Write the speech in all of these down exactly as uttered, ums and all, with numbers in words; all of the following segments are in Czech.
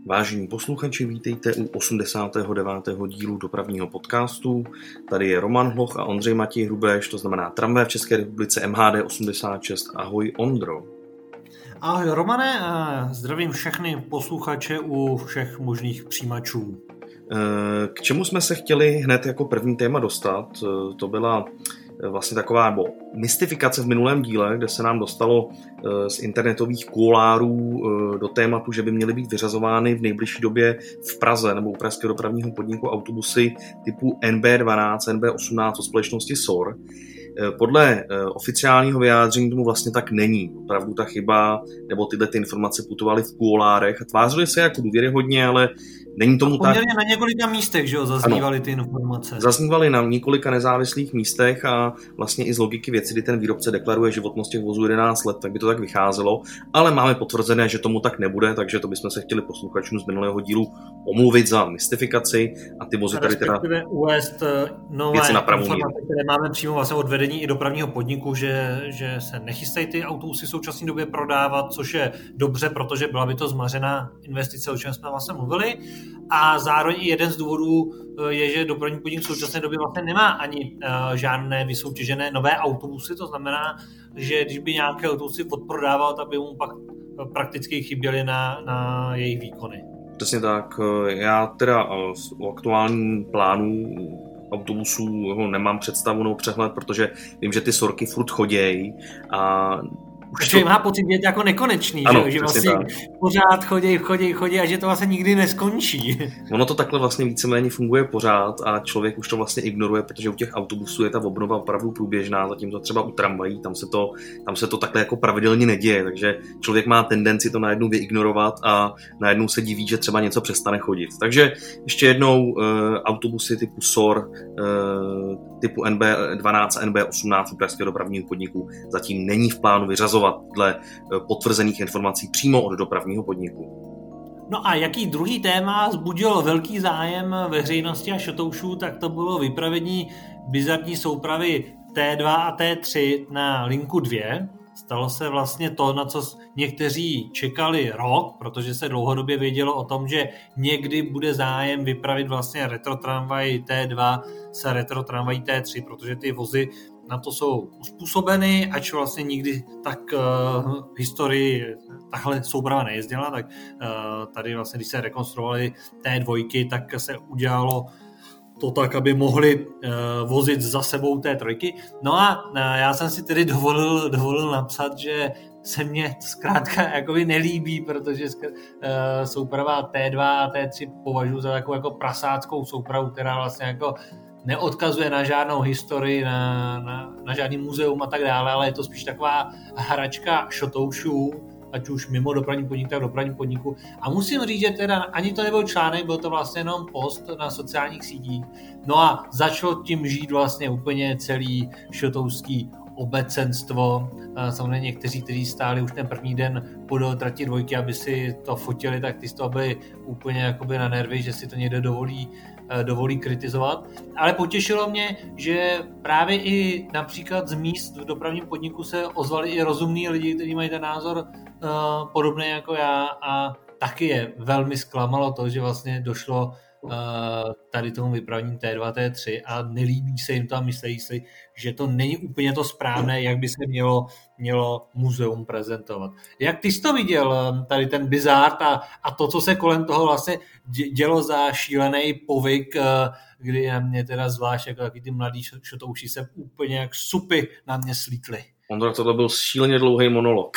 Vážení posluchači, vítejte u osmdesátého devátého dílu dopravního podcastu. Tady je Roman Hloch a Ondřej Matěj Hrubeš, to znamená Tramvaj v České republice M H D osmdesát šest. Ahoj Ondro. Ahoj Romane, zdravím všechny posluchače u všech možných přijímačů. K čemu jsme se chtěli hned jako první téma dostat, to byla vlastně taková nebo mystifikace v minulém díle, kde se nám dostalo z internetových kulárů do tématu, že by měly být vyřazovány v nejbližší době v Praze nebo u pražského dopravního podniku autobusy typu N B dvanáct, N B osmnáct od společnosti S O R. Podle oficiálního vyjádření tomu vlastně tak není. Opravdu ta chyba nebo tyhle ty informace putovaly v kulárech a tvářily se jako důvěryhodně, ale není tomu tak. Poměrně na několika místech, že jo, zaznívaly ty informace. Zaznívaly na několika nezávislých místech a vlastně i z logiky věci, kdy ten výrobce deklaruje životnost těch vozů jedenáct let, tak by to tak vycházelo, ale máme potvrzené, že tomu tak nebude, takže to bychom se chtěli posluchačům z minulého dílu omluvit za mystifikaci a ty vozy tady teda uvést nové informace, které máme přímo vlastně od vedení i dopravního podniku, že, že se nechystají ty autobusy v současné době prodávat, což je dobře, protože byla by to zmařená investice, o čem jsme vlastně mluvili. A zároveň i jeden z důvodů je, že dopravní podnik v současné době vlastně nemá ani uh, žádné vysoutěžené nové autobusy, to znamená, že když by nějaké autobusy odprodával, tak by mu pak prakticky chyběly na, na jejich výkony. Přesně tak. Já teda o aktuálním plánu autobusů nemám představu nebo přehled, protože vím, že ty sorky furt chodějí a takže to má pocit, že je to jako nekonečný, ano, že vlastně tak. Pořád chodí, chodí, chodí a že to vlastně nikdy neskončí. Ono to takhle vlastně víceméně funguje pořád a člověk už to vlastně ignoruje, protože u těch autobusů je ta obnova opravdu průběžná, zatímco třeba u tramvají, tam se to, tam se to takhle jako pravidelně neděje, takže člověk má tendenci to najednou vyignorovat a najednou se diví, že třeba něco přestane chodit. Takže ještě jednou e, autobusy typu S O R, e, typu N B dvanáct a N B osmnáct u pražského dopravního podniku zatím není v plánu vyřazovat dle potvrzených informací přímo od dopravního podniku. No a jaký druhý téma vzbudil velký zájem veřejnosti a šotoušů, tak to bylo vypravení bizarní soupravy T dva a T tři na linku dvě. Stalo se vlastně to, na co někteří čekali rok, protože se dlouhodobě vědělo o tom, že někdy bude zájem vypravit vlastně retrotramvaj T dva se retrotramvají T tři, protože ty vozy na to jsou uspůsobeny, ač vlastně nikdy tak uh, v historii takhle souprava nejezdila, tak uh, tady vlastně, když se rekonstruovaly T dva, tak se udělalo to tak, aby mohli uh, vozit za sebou T tři. No a uh, já jsem si tedy dovolil, dovolil napsat, že se mně zkrátka jakoby nelíbí, protože uh, souprava T dva a T tři považuji za takovou jako prasáckou soupravu, která vlastně jako neodkazuje na žádnou historii, na, na, na žádný muzeum a tak dále, ale je to spíš taková hračka šotoušů, ať už mimo dopravní podnik, tak dopravní podniku. A musím říct, že teda ani to nebyl článek, byl to vlastně jenom post na sociálních sítích. No a začalo tím žít vlastně úplně celý šotouský obecenstvo. Samozřejmě někteří, kteří stáli už ten první den podél trati dvojky, aby si to fotili, tak ty z toho byli úplně jakoby na nervy, že si to někdo dovolí dovolí kritizovat. Ale potěšilo mě, že právě i například z míst v dopravním podniku se ozvali i rozumní lidi, kteří mají ten názor uh, podobný jako já a taky je velmi zklamalo to, že vlastně došlo uh, tady tomu vypravení T dva, T tři a nelíbí se jim to a myslí si, že to není úplně to správné, jak by se mělo, mělo muzeum prezentovat. Jak ty jsi to viděl, tady ten bizár a, a to, co se kolem toho vlastně dělo za šílený povyk, kdy na mě teda zvlášť jako taky ty mladí šotouši se úplně jak supy na mě slítli. Ondra, tohle byl šíleně dlouhý monolog.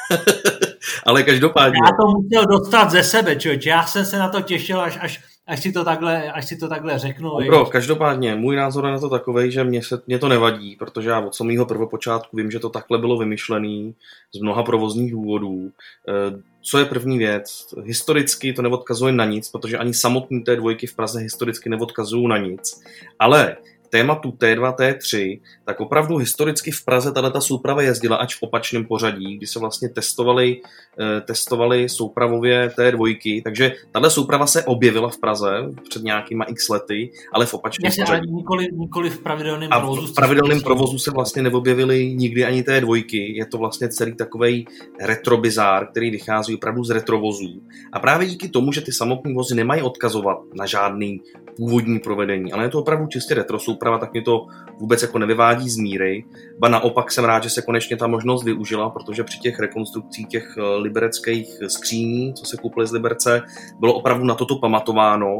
Ale každopádně. Já to musel dostat ze sebe, člověč. Já jsem se na to těšil, až, až, až, si, to takhle, až si to takhle řeknu. Bro, každopádně, můj názor je na to takovej, že mě, se, mě to nevadí, protože já od samého prvopočátku vím, že to takhle bylo vymyšlený z mnoha provozních důvodů. Co je první věc? Historicky to neodkazuje na nic, protože ani samotný té dvojky v Praze historicky neodkazují na nic. Ale tématu T dva, T tři, tak opravdu historicky v Praze tato souprava jezdila až v opačném pořadí, kdy se vlastně testovali, testovali soupravově T dva, takže tato souprava se objevila v Praze před nějakýma x lety, ale v opačném Jasně, pořadí. Nikoli, nikoli v pravidelném A provozu. v pravidelném provozu se vlastně neobjevily nikdy ani T dva, je to vlastně celý takovej retrobizár, který vychází opravdu z retrovozů. A právě díky tomu, že ty samotné vozy nemají odkazovat na žádný původní provedení, ale je to opravdu čistě retro souprava, tak mě to vůbec jako nevyvádí z míry. Ba naopak jsem rád, že se konečně ta možnost využila, protože při těch rekonstrukcích těch libereckých skříní, co se koupily z Liberce, bylo opravdu na toto pamatováno.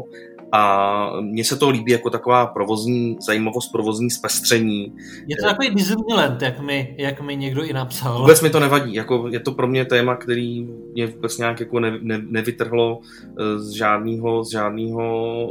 A mně se to líbí jako taková provozní zajímavost, provozní zpestření. Je to takový Disneyland, jak mi, jak mi někdo i napsal. Vůbec mi to nevadí, jako je to pro mě téma, který mě vůbec nějak jako ne, ne, nevytrhlo z žádného, z žádného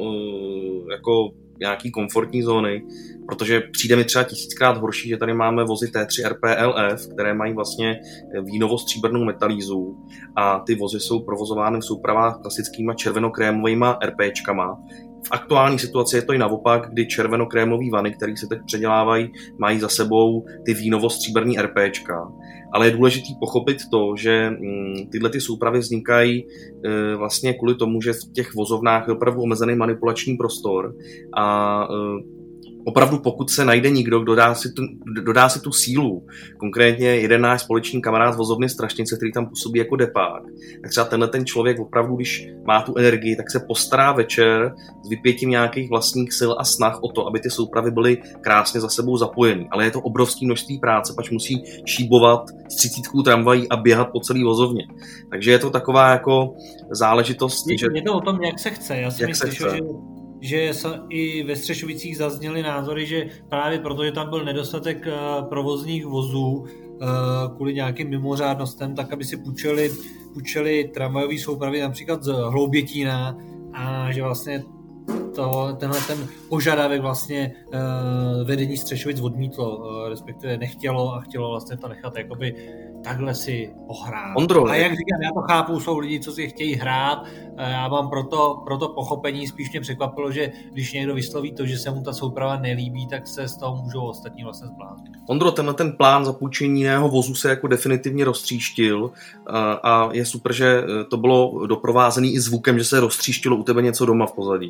jako nějaký komfortní zóny, protože přijde mi třeba tisíckrát horší, že tady máme vozy T tři R P L F, které mají vlastně vínovo-stříbrnou metalízu a ty vozy jsou provozovány v soupravách klasickýma červenokrémovýma RPčkama. V aktuální situaci je to i naopak, kdy červenokrémový vany, které se teď předělávají, mají za sebou ty vínovo-stříbrný RPčka. Ale je důležité pochopit to, že tyhle ty soupravy vznikají vlastně kvůli tomu, že v těch vozovnách je opravdu omezený manipulační prostor a opravdu pokud se najde někdo, kdo dodá si tu, dodá si tu sílu, konkrétně jeden náš společný kamarád z vozovny Strašnice, který tam působí jako depák, tak třeba tenhle ten člověk opravdu, když má tu energii, tak se postará večer s vypětím nějakých vlastních sil a snah o to, aby ty soupravy byly krásně za sebou zapojený. Ale je to obrovské množství práce, pač musí šíbovat s třicítkou tramvají a běhat po celý vozovně. Takže je to taková jako záležitost. Je, že... je to o tom, jak se chce. Já si jak myslím, se chce. že že i ve Střešovicích zazněly názory, že právě proto, že tam byl nedostatek provozních vozů kvůli nějakým mimořádnostem, tak aby si půjčili, půjčili tramvajové soupravy například z Hloubětína a že vlastně to, tenhle ten požadavek vlastně uh, vedení Střešovic odmítlo, uh, respektive nechtělo a chtělo vlastně to nechat jakoby takhle si ohrát. Ondro, a jak říkám, já to chápu, jsou lidi, co si chtějí hrát, uh, já mám proto, proto pochopení, spíš mě překvapilo, že když někdo vysloví to, že se mu ta souprava nelíbí, tak se z toho můžou ostatní vlastně zbláznit. Ondro, tenhle ten plán zapůjčení jiného vozu se jako definitivně roztříštil uh, a je super, že to bylo doprovázený i zvukem, že se roztříštilo u tebe něco doma v pozadí.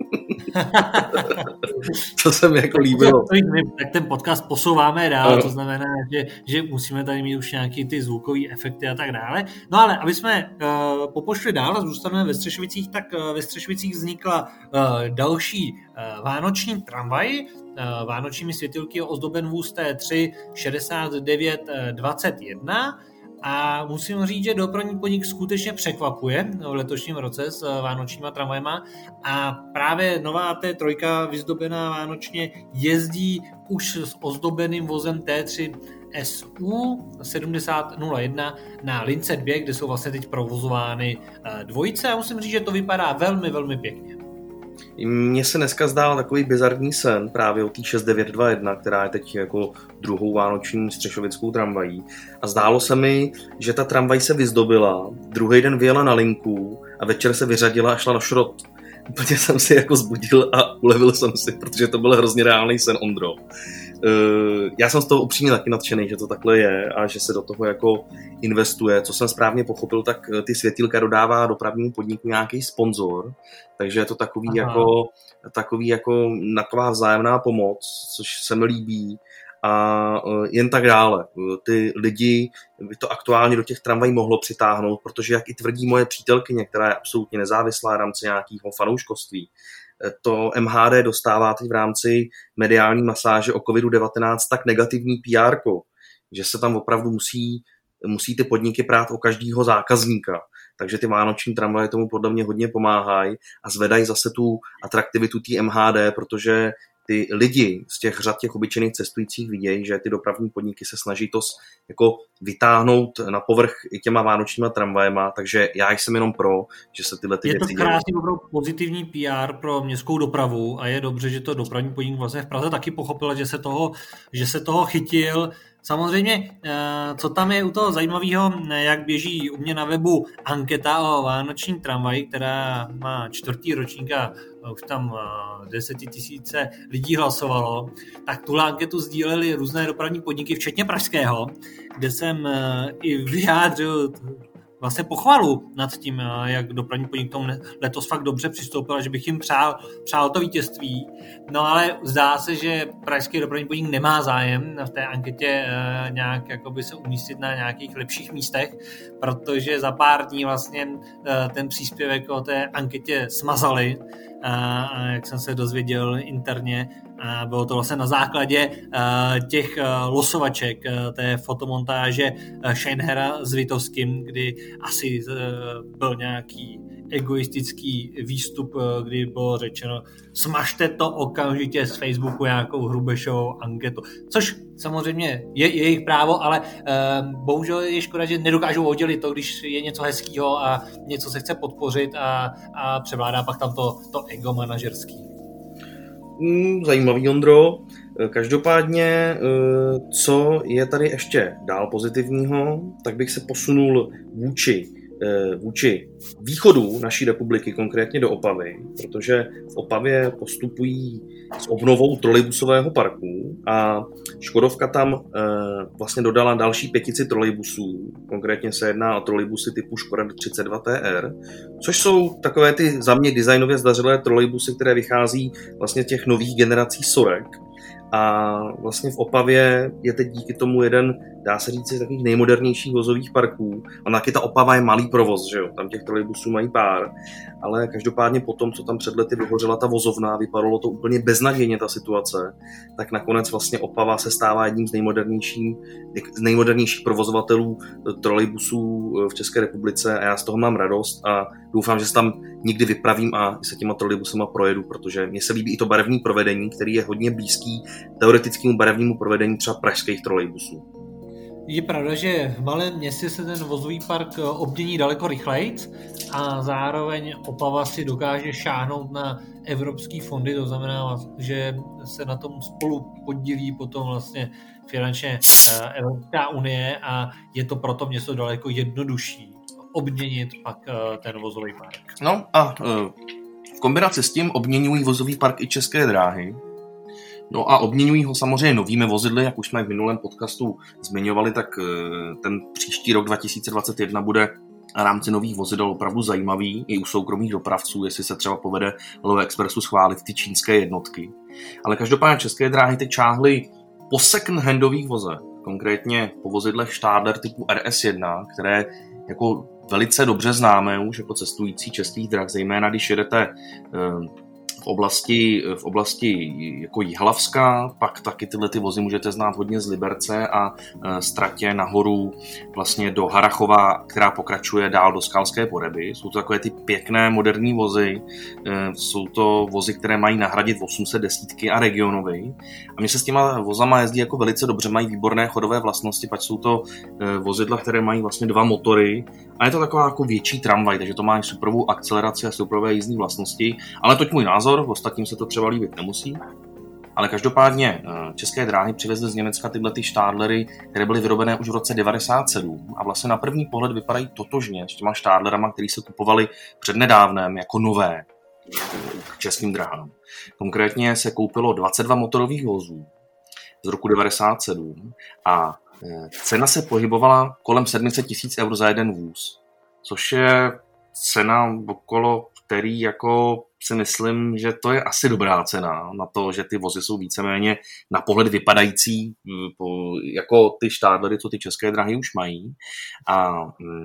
To se mi jako líbilo. Tak ten podcast posouváme dál, to znamená, že, že musíme tady mít už nějaký ty zvukové efekty a tak dále. No ale aby jsme uh, popošli dál a zůstaneme ve Střešovicích, tak uh, ve Střešovicích vznikla uh, další uh, vánoční tramvaj, uh, vánočními světilky ozdoben vůz T tři šedesát devět dvacet jedna. A musím říct, že dopravní podnik skutečně překvapuje v letošním roce s vánočníma tramvajema a právě nová T tři vyzdobená vánočně jezdí už s ozdobeným vozem T tři S U sedmdesát nula jedna na lince dva, kde jsou vlastně teď provozovány dvojice a musím říct, že to vypadá velmi, velmi pěkně. Mně se dneska zdál takový bizarní sen právě o té šest devět dva jedna, která je teď jako druhou vánoční střešovickou tramvají. A zdálo se mi, že ta tramvaj se vyzdobila, druhý den vyjela na linku a večer se vyřadila a šla na šrot. Úplně jsem si jako zbudil a ulevil jsem si, protože to byl hrozně reálný sen, Ondro. Já jsem z toho upřímně taky nadšený, že to takhle je a že se do toho jako investuje. Co jsem správně pochopil, tak ty světýlka dodává dopravnímu podniku nějaký sponzor, takže je to takový jako, takový jako taková vzájemná pomoc, což se mi líbí. A jen tak dále. Ty lidi by to aktuálně do těch tramvají mohlo přitáhnout, protože jak i tvrdí moje přítelkyně, která je absolutně nezávislá v rámci nějakého fanouškovství, to M H D dostává teď v rámci mediální masáže o kovidu devatenáct tak negativní P R ko, že se tam opravdu musí, musí ty podniky prát o každého zákazníka. Takže ty vánoční tramvaje tomu podle mě hodně pomáhají a zvedají zase tu atraktivitu té M H D, protože ty lidi z těch řad těch obyčejných cestujících vidějí, že ty dopravní podniky se snaží to jako vytáhnout na povrch i těma vánočníma tramvajema, takže já jsem jenom pro, že se tyhle ty je věci to krásný opravdu pozitivní P R pro městskou dopravu a je dobře, že to dopravní podnik vlastně v Praze taky pochopil, že se toho, že se toho chytil. Samozřejmě, co tam je u toho zajímavého, jak běží u mě na webu anketa o vánoční tramvaji, která má čtvrtý ročník a už tam desetitisíce lidí hlasovalo, tak tuhle anketu sdíleli různé dopravní podniky, včetně pražského, kde jsem i vyjádřil vlastně pochvalu nad tím, jak dopravní podnik tomu letos fakt dobře přistoupil, že bych jim přál, přál to vítězství. No ale zdá se, že pražský dopravní podnik nemá zájem v té anketě nějak jakoby se umístit na nějakých lepších místech, protože za pár dní vlastně ten příspěvek o té anketě smazali, a jak jsem se dozvěděl interně, a bylo to vlastně na základě těch losovaček té fotomontáže Scheinhera s Vitovským, kdy asi byl nějaký egoistický výstup, kdy bylo řečeno smažte to okamžitě z Facebooku nějakou hrubešovou anketu. Což samozřejmě je, je jejich právo, ale uh, bohužel je škoda, že nedokážou oddělit to, když je něco hezkýho a něco se chce podpořit a, a převládá pak tam to, to ego manažerský. Mm, zajímavý, Ondro. Každopádně, co je tady ještě dál pozitivního, tak bych se posunul vůči vůči východu naší republiky, konkrétně do Opavy, protože v Opavě postupují s obnovou trolejbusového parku a Škodovka tam e, vlastně dodala další pětici trolejbusů. Konkrétně se jedná o trolejbusy typu Škoda třicet dva T R, což jsou takové ty za mě designově zdařilé trolejbusy, které vychází vlastně z těch nových generací Sorek. A vlastně v Opavě je teď díky tomu jeden, dá se říct, z takových nejmodernějších vozových parků. A taky ta Opava je malý provoz, že jo? Tam těch trolejbusů mají pár. Ale každopádně po tom, co tam před lety vyhořela ta vozovna, vypadalo to úplně beznadějně ta situace, tak nakonec vlastně Opava se stává jedním z nejmodernějších, z nejmodernějších provozovatelů trolejbusů v České republice a já z toho mám radost a doufám, že se tam nikdy vypravím a se těma trolejbusama projedu, protože mně se líbí i to barevné provedení, který je hodně blízký teoretickému barevnému provedení třeba pražských trolejbusů. Je pravda, že v malém městě se ten vozový park obmění daleko rychleji a zároveň Opava si dokáže šáhnout na evropské fondy, to znamená, že se na tom spolu podílí potom vlastně finančně Evropská unie a je to pro to město daleko jednodušší obměnit pak ten vozový park. No a v kombinaci s tím obměňují vozový park i České dráhy. No a obměňují ho samozřejmě novými vozidly, jak už jsme v minulém podcastu zmiňovali, tak ten příští rok dva tisíce dvacet jedna bude v rámci nových vozidel opravdu zajímavý i u soukromých dopravců, jestli se třeba povede Love Expressu schválit ty čínské jednotky. Ale každopádně České dráhy teď čáhly po second-handových vozech, konkrétně po vozidlech Stadler typu R S jedna, které jako velice dobře známe už jako cestující českých drah, zejména když jedete v oblasti, v oblasti jako Jihlavska, pak taky tyhle ty vozy můžete znát hodně z Liberce a z tratě nahoru vlastně do Harachova, která pokračuje dál do Skalské Poreby. Jsou to takové ty pěkné moderní vozy, jsou to vozy, které mají nahradit osm set desítky a regionový. A mě se s těma vozama jezdí jako velice dobře, mají výborné chodové vlastnosti, pak jsou to vozidla, které mají vlastně dva motory a je to taková jako větší tramvaj, takže to má superovou akceleraci a superové jízdní vlastnosti, ale toť můj názor, ostatním se to třeba líbit nemusí. Ale každopádně České dráhy přivezly z Německa tyhle ty Stadlery, které byly vyrobené už v roce devadesát sedm a vlastně na první pohled vypadají totožně s těma Stadlerama, které se kupovaly přednedávnem jako nové k českým dráhám. Konkrétně se koupilo dvacet dva motorových vozů z roku devadesát sedm a cena se pohybovala kolem sedm set tisíc eur za jeden vůz, což je cena okolo který jako si myslím, že to je asi dobrá cena na to, že ty vozy jsou víceméně na pohled vypadající jako ty Stadlery, co ty České dráhy už mají. A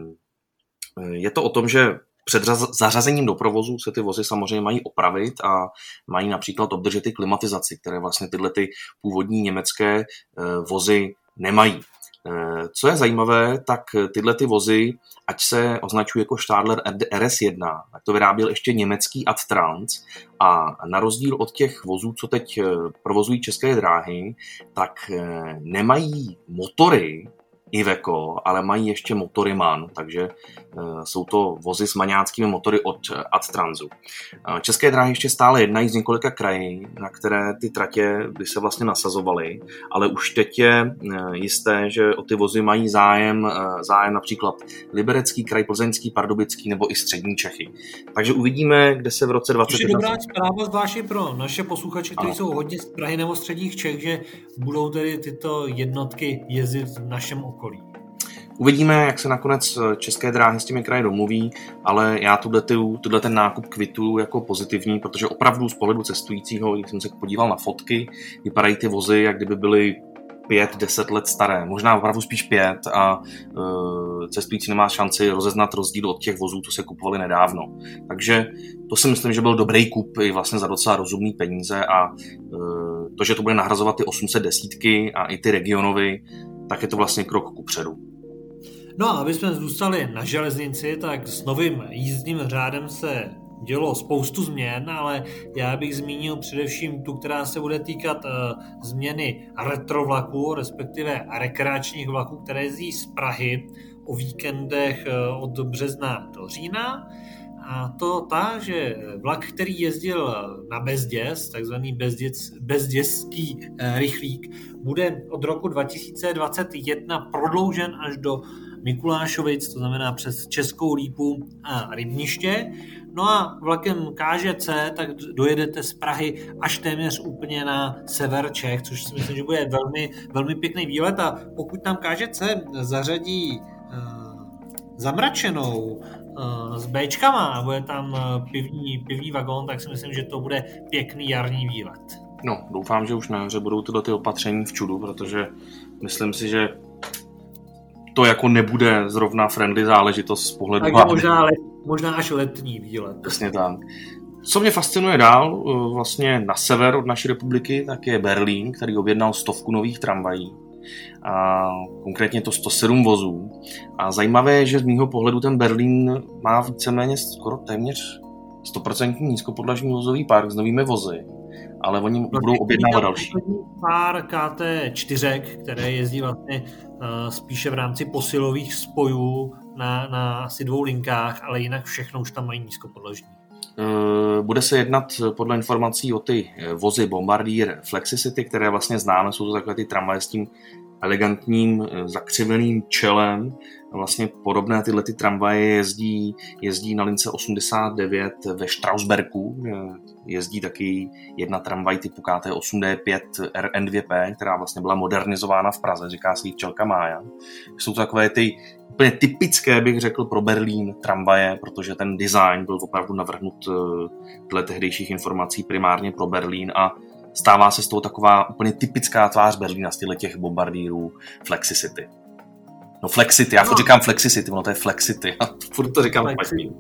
je to o tom, že před zařazením do provozu se ty vozy samozřejmě mají opravit a mají například obdržet i klimatizaci, které vlastně tyhle ty původní německé vozy nemají. Co je zajímavé, tak tyhle ty vozy, ať se označují jako Stadler R S jedna, tak to vyráběl ještě německý Adtranz a na rozdíl od těch vozů, co teď provozují České dráhy, tak nemají motory Iveco, ale mají ještě motory MAN, takže jsou to vozy s maňáckými motory od Adtransu. České dráhy ještě stále jednají z několika krají, na které ty tratě by se vlastně nasazovaly, ale už teď je jisté, že o ty vozy mají zájem, zájem například Liberecký kraj, Plzeňský, Pardubický nebo i střední Čechy. Takže uvidíme, kde se v roce dvacet jedna... To je dobrá zpráva zvláště pro naše posluchače, kteří jsou hodně z Prahy nebo středních Čech, že budou tedy tyto jednotky jezdit v našem okolí. Uvidíme, jak se nakonec České dráhy s těmi kraji domluví, ale já tuhle ten nákup kvituju jako pozitivní, protože opravdu z pohledu cestujícího, když jsem se podíval na fotky, vypadají ty vozy, jak kdyby byly pět, deset let staré, možná opravdu spíš pět a e, cestující nemá šanci rozeznat rozdíl od těch vozů, co se kupovali nedávno. Takže to si myslím, že byl dobrý kup i vlastně za docela rozumný peníze a e, to, že to bude nahrazovat ty osm set desítky a i ty regionovy, tak je to vlastně krok kupředu. No a aby jsme zůstali na železnici, tak s novým jízdním řádem se dělo spoustu změn, ale já bych zmínil především tu, která se bude týkat uh, změny retrovlaků, respektive rekreačních vlaků, které jezdí z Prahy o víkendech uh, od března do října. A to tak, že vlak, který jezdil na bezděs, takzvaný bezděs, bezděský uh, rychlík, bude od roku dva tisíce dvacet jedna prodloužen až do Mikulášovic, to znamená přes Českou Lípu a Rybniště. No a vlakem K Ž C tak dojedete z Prahy až téměř úplně na sever Čech, což si myslím, že bude velmi, velmi pěkný výlet a pokud tam K Ž C zařadí uh, zamračenou uh, s béčkama a bude tam pivní, pivní vagón, tak si myslím, že to bude pěkný jarní výlet. No, doufám, že už na jaře budou tyhle ty opatření v čudu, protože myslím si, že to jako nebude zrovna friendly záležitost z pohledu... Takže možná, let, možná až letní výlet. Přesně tak. Co mě fascinuje dál, vlastně na sever od naší republiky, tak je Berlín, který objednal stovku nových tramvají. A konkrétně to sto sedm vozů. A zajímavé je, že z mýho pohledu ten Berlín má víceméně skoro téměř sto procent nízkopodlažní vozový park s novými vozy. Ale oni no, budou objednávat další. Pár K T čtyři, které jezdí vlastně uh, spíše v rámci posilových spojů na, na asi dvou linkách, ale jinak všechno už tam mají nízkopodlažní. Uh, bude se jednat podle informací o ty vozy Bombardier Flexicity, které vlastně známe, jsou to takové ty tramvaje s tím elegantním zakřiveným čelem. Vlastně podobné tyhle ty tramvaje jezdí, jezdí na lince osmdesát devět ve Strausbergu. Jezdí taky jedna tramvaj typu K T osm D pět R N dva P, která vlastně byla modernizována v Praze, říká se jí včelka Mája. Jsou to takové ty úplně typické, bych řekl, pro Berlín tramvaje, protože ten design byl opravdu navrhnut dle tehdejších informací primárně pro Berlín a stává se z toho taková úplně typická tvář Berlína, style těch bombardírů Flexicity. No Flexity, já no. říkám Flexicity, ono to je Flexity, a furt to říkám špatně.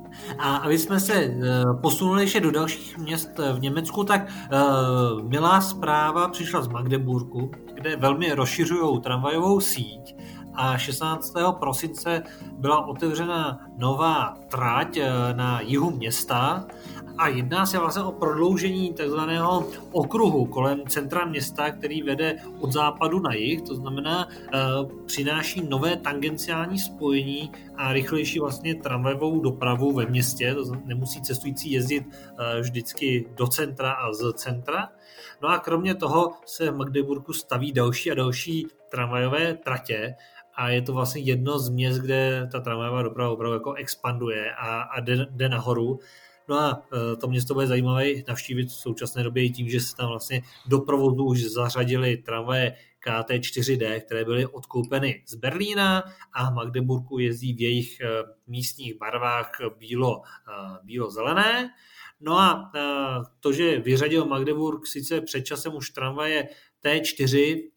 A aby jsme se uh, posunuli ještě do dalších měst v Německu, tak uh, milá zpráva přišla z Magdeburgu, kde velmi rozšiřují tramvajovou síť a šestnáctého prosince byla otevřena nová trať na jihu města a jedná se vlastně o prodloužení takzvaného okruhu kolem centra města, který vede od západu na jih, to znamená přináší nové tangenciální spojení a rychlejší vlastně tramvajovou dopravu ve městě, to znamená, nemusí cestující jezdit vždycky do centra a z centra. No a kromě toho se v Magdeburgu staví další a další tramvajové tratě, a je to vlastně jedno z měst, kde ta tramvajová doprava opravdu jako expanduje a, a jde, jde nahoru. No a to město bude zajímavé navštívit v současné době i tím, že se tam vlastně do provozu už zařadili tramvaje K T čtyři D, které byly odkoupeny z Berlína a v Magdeburgu jezdí v jejich místních barvách bílo, bílo-zelené. No a to, že vyřadil Magdeburg sice před časem už tramvaje T čtyři,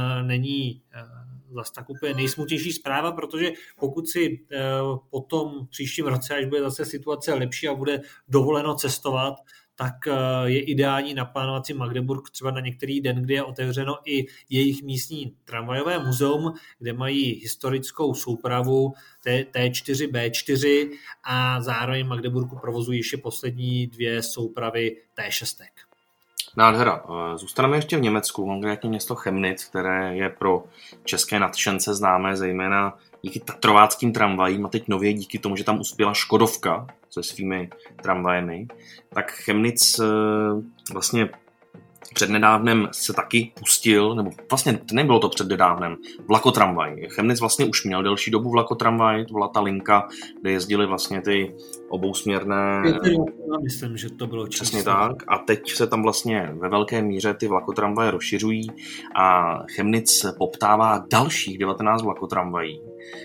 není zase tak úplně nejsmutnější zpráva, protože pokud si po tom příštím roce, až bude zase situace lepší a bude dovoleno cestovat, tak je ideální naplánovat si Magdeburg třeba na některý den, kdy je otevřeno i jejich místní tramvajové muzeum, kde mají historickou soupravu T čtyři B čtyři a zároveň Magdeburgu provozují ještě poslední dvě soupravy T šest. Nádhera. Zůstaneme ještě v Německu, konkrétně město Chemnitz, které je pro české nadšence známé zejména díky tatrováckým tramvajím a teď nově díky tomu, že tam uspěla Škodovka se svými tramvajemi. Tak Chemnitz vlastně přednedávnem se taky pustil, nebo vlastně nebylo to přednedávnem, vlakotramvaj. Chemnitz vlastně už měl delší dobu vlakotramvaj, to byla ta linka, kde jezdily vlastně ty obousměrné... Já myslím, že to bylo přesně tak. A teď se tam vlastně ve velké míře ty vlakotramvaje rozšiřují a Chemnitz poptává dalších devatenáct vlakotramvají.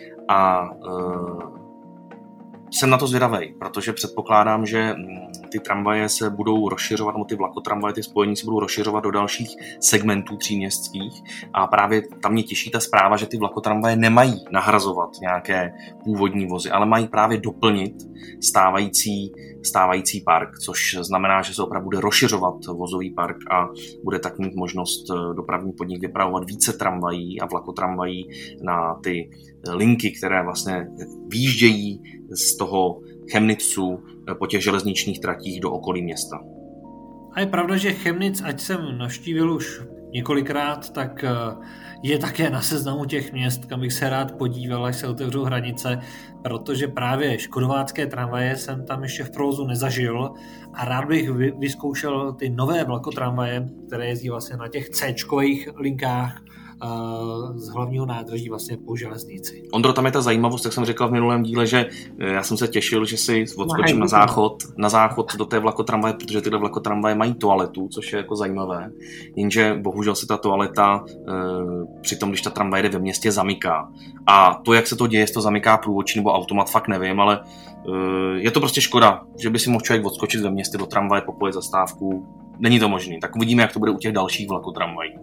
A e, jsem na to zvědavej, protože předpokládám, že ty tramvaje se budou rozšiřovat, nebo ty vlakotramvaje, ty spojení se budou rozšiřovat do dalších segmentů příměstských a právě tam mě těší ta zpráva, že ty vlakotramvaje nemají nahrazovat nějaké původní vozy, ale mají právě doplnit stávající, stávající park, což znamená, že se opravdu bude rozšiřovat vozový park a bude tak mít možnost dopravní podnik vypravovat více tramvají a vlakotramvají na ty linky, které vlastně výjíždějí z toho Chemnitzu po těch železničních tratích do okolí města. A je pravda, že Chemnitz, ať jsem navštívil už několikrát, tak je také na seznamu těch měst, kam bych se rád podíval, až se otevřou hranice, protože právě škodovácké tramvaje jsem tam ještě v provozu nezažil a rád bych vyzkoušel ty nové vlakotramvaje, které jezdí vlastně na těch C-čkových linkách z hlavního nádraží vlastně po železnici. Ondro, tam je ta zajímavost, jak jsem říkal v minulém díle, že já jsem se těšil, že si odskočím na záchod, na záchod do té vlakotramvaje, protože tyhle vlakotramvaje mají toaletu, což je jako zajímavé, jenže bohužel se ta toaleta e, při tom, když ta tramvaj jde ve městě, zamyká. A to, jak se to děje, jestli to zamyká průvodčí nebo automat, fakt nevím, ale e, je to prostě škoda, že by si mohl člověk odskočit ve městě do tramvaje, popojet zastávku. Není to možné. Tak uvidíme, jak to bude u těch dalších vlakotramvají.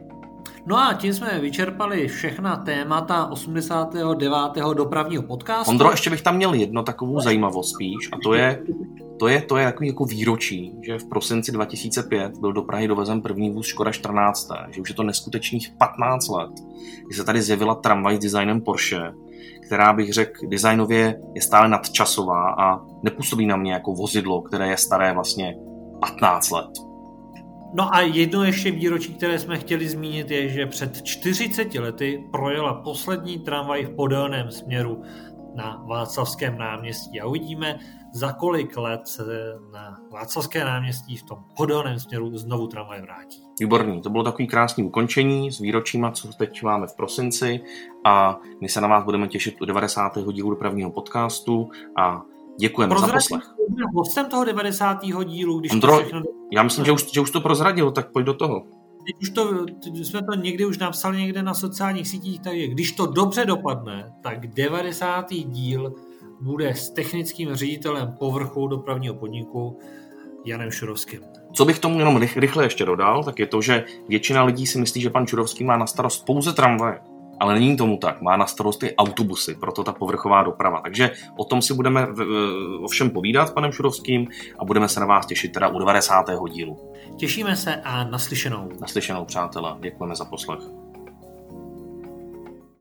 No a tím jsme vyčerpali všechna témata osmdesátého devátého dopravního podcastu. Ondro, ještě bych tam měl jedno takovou zajímavost spíš, a to je, to je, to je jako, jako výročí, že v prosinci dva tisíce pět byl do Prahy dovezen první vůz Škoda čtrnáct, že už je to neskutečných patnáct let, kdy se tady zjevila tramvaj s designem Porsche, která bych řekl designově je stále nadčasová a nepůsobí na mě jako vozidlo, které je staré vlastně patnáct let. No a jedno ještě výročí, které jsme chtěli zmínit, je, že před čtyřiceti lety projela poslední tramvaj v podélném směru na Václavském náměstí. A uvidíme, za kolik let se na Václavské náměstí v tom podélném směru znovu tramvaj vrátí. Výborný, to bylo takový krásný ukončení s výročíma, co teď máme v prosinci a my se na vás budeme těšit u devadesátého dílu dopravního podcastu a děkujeme za poslech. Hostem toho devadesátého dílu, když Ondro, to všechno... já myslím, že už, že už to prozradil, tak pojď do toho. Teď už to, teď jsme to někdy už napsali někde na sociálních sítích, takže když to dobře dopadne, tak devadesátý díl bude s technickým ředitelem povrchu dopravního podniku Janem Šurovským. Co bych tomu jenom rychle ještě dodal, tak je to, že většina lidí si myslí, že pan Šurovský má na starost pouze tramvaje. Ale není tomu tak, má na starost i autobusy, proto ta povrchová doprava. Takže o tom si budeme ovšem povídat s panem Šurovským a budeme se na vás těšit teda u devadesátého dílu. Těšíme se a naslyšenou. Naslyšenou, přátelé, děkujeme za poslech.